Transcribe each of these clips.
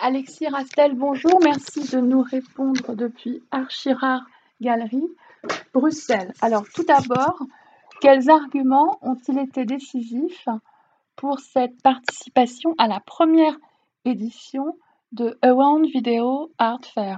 Alexis Rastel, bonjour, merci de nous répondre depuis Archirare Galerie, Bruxelles. Alors tout d'abord, quels arguments ont-ils été décisifs pour cette participation à la première édition de Around Video Art Fair?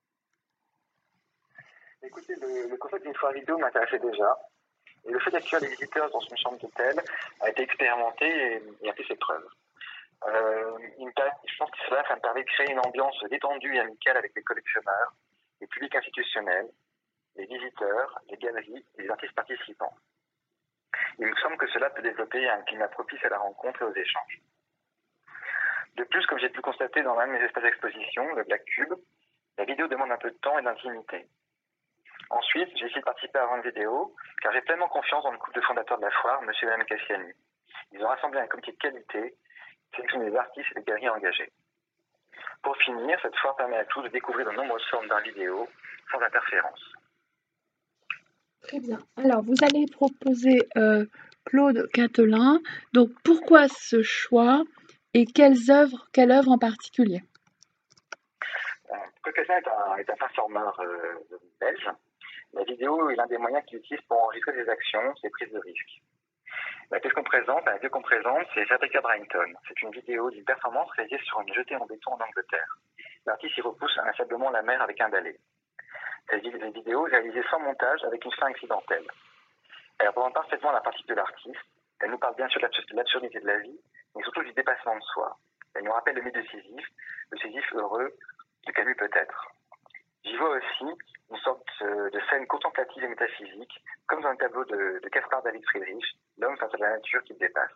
Écoutez, le concept d'une foire vidéo m'intéressait déjà. Et le fait d'accueillir des visiteurs dans une chambre d'hôtel a été expérimenté et a fait ses preuves. Je pense que ça me permet de créer une ambiance détendue et amicale avec les collectionneurs, les publics institutionnels, les visiteurs, les galeries et les artistes participants. Il me semble que cela peut développer un climat propice à la rencontre et aux échanges. De plus, comme j'ai pu le constater dans l'un de mes espaces d'exposition, le Black Cube, la vidéo demande un peu de temps et d'intimité. Ensuite, j'ai essayé de participer à Around Video, car j'ai pleinement confiance dans le couple de fondateurs de la foire, M. et Mme Cassiani. Ils ont rassemblé un comité de qualité, sélectionné des artistes et des galeries engagés. Pour finir, cette foire permet à tous de découvrir de nombreuses formes d'art vidéo, sans interférence. Très bien. Alors, vous allez proposer Claude Catelin. Donc, pourquoi ce choix et quelle œuvre en particulier? Claude Catelin est un performeur belge. La vidéo est l'un des moyens qu'il utilise pour enregistrer ses actions, ses prises de risques. La vidéo qu'on présente, c'est Rebecca Brighton. C'est une vidéo d'une performance réalisée sur une jetée en béton en Angleterre. L'artiste y repousse inlassablement la mer avec un balai. Cette vidéo est réalisée sans montage avec une fin accidentelle. Elle représente parfaitement la pratique de l'artiste. Elle nous parle bien sûr de l'absurdité de la vie, mais surtout du dépassement de soi. Elle nous rappelle le mythe de Sisyphe, le Sisyphe heureux, de Camus peut-être. J'y vois aussi une sorte de scène contemplative et métaphysique, comme dans le tableau de Caspar David Friedrich, l'homme face à la nature qui le dépasse.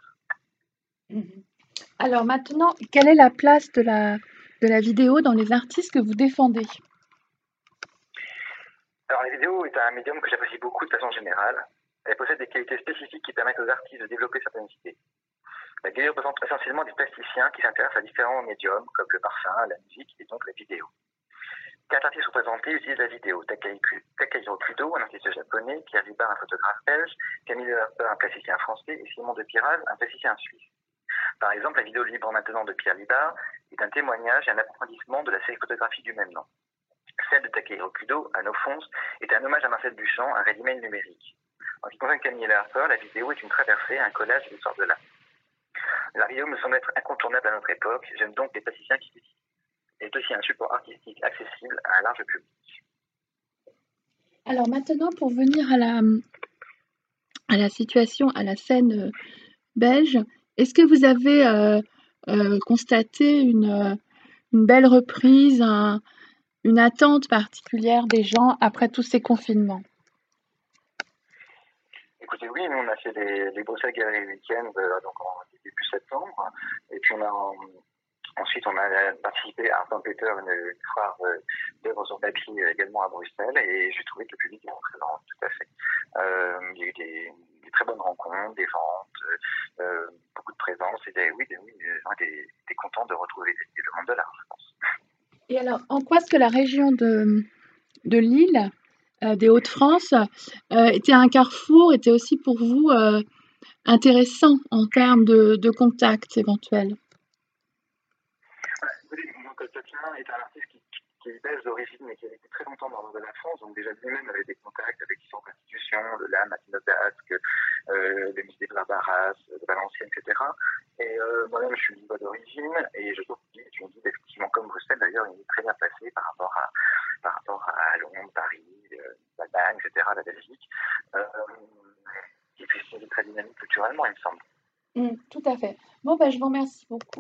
Alors maintenant, quelle est la place de la vidéo dans les artistes que vous défendez? Alors la vidéo est un médium que j'apprécie beaucoup de façon générale. Elle possède des qualités spécifiques qui permettent aux artistes de développer certaines idées. La galerie représente essentiellement des plasticiens qui s'intéressent à différents médiums, comme le parfum, la musique et donc la vidéo. 4 artistes représentés utilisent la vidéo. Takahiro Kudo, un artiste japonais, Pierre Libard, un photographe belge, Camille Harper, un plasticien français, et Simon de Piral, un plasticien suisse. Par exemple, la vidéo Libre maintenant de Pierre Libard est un témoignage et un approfondissement de la série photographique du même nom. Celle de Takahiro Kudo, à nos fonces, est un hommage à Marcel Duchamp, un ready-made numérique. En ce qui concerne Camille Harper, la vidéo est une traversée, un collage de l'histoire de l'art. La vidéo me semble être incontournable à notre époque. J'aime donc les plasticiens qui l'utilisent. Elle est aussi un support artistique accessible à un large public. Alors maintenant, pour venir à la situation, à la scène belge, est-ce que vous avez constaté une belle reprise, une attente particulière des gens après tous ces confinements? Écoutez, oui, nous on a fait les Bruxelles Galeries Week-end donc en début septembre, et puis ensuite on a participé à Art and Paper, une foire d'œuvres sur papier également à Bruxelles, et j'ai trouvé que le public était présent, tout à fait. Il y a eu des très bonnes rencontres, des ventes, beaucoup de présence, et les gens étaient contents de retrouver le monde de l'art, je pense. Et alors, en quoi est-ce que la région de Lille, des Hauts-de-France, était un carrefour, était aussi pour vous intéressant en termes de contacts éventuels? Catelin est un artiste qui est belge d'origine, mais qui a été très longtemps dans le nord de la France, donc déjà lui-même avait des contacts avec différentes institutions, le LAM, Mathilde Basque, le musée de Barbaras, de Valenciennes, etc. Et moi-même, je suis lillois d'origine, et je trouve qu'il est une ville, effectivement, comme Bruxelles, d'ailleurs, il est très bien placé par rapport à Londres, Paris, l'Allemagne, etc., la Belgique. Et puis c'est très dynamique culturellement, il me semble. Tout à fait. Bon, ben, je vous remercie beaucoup.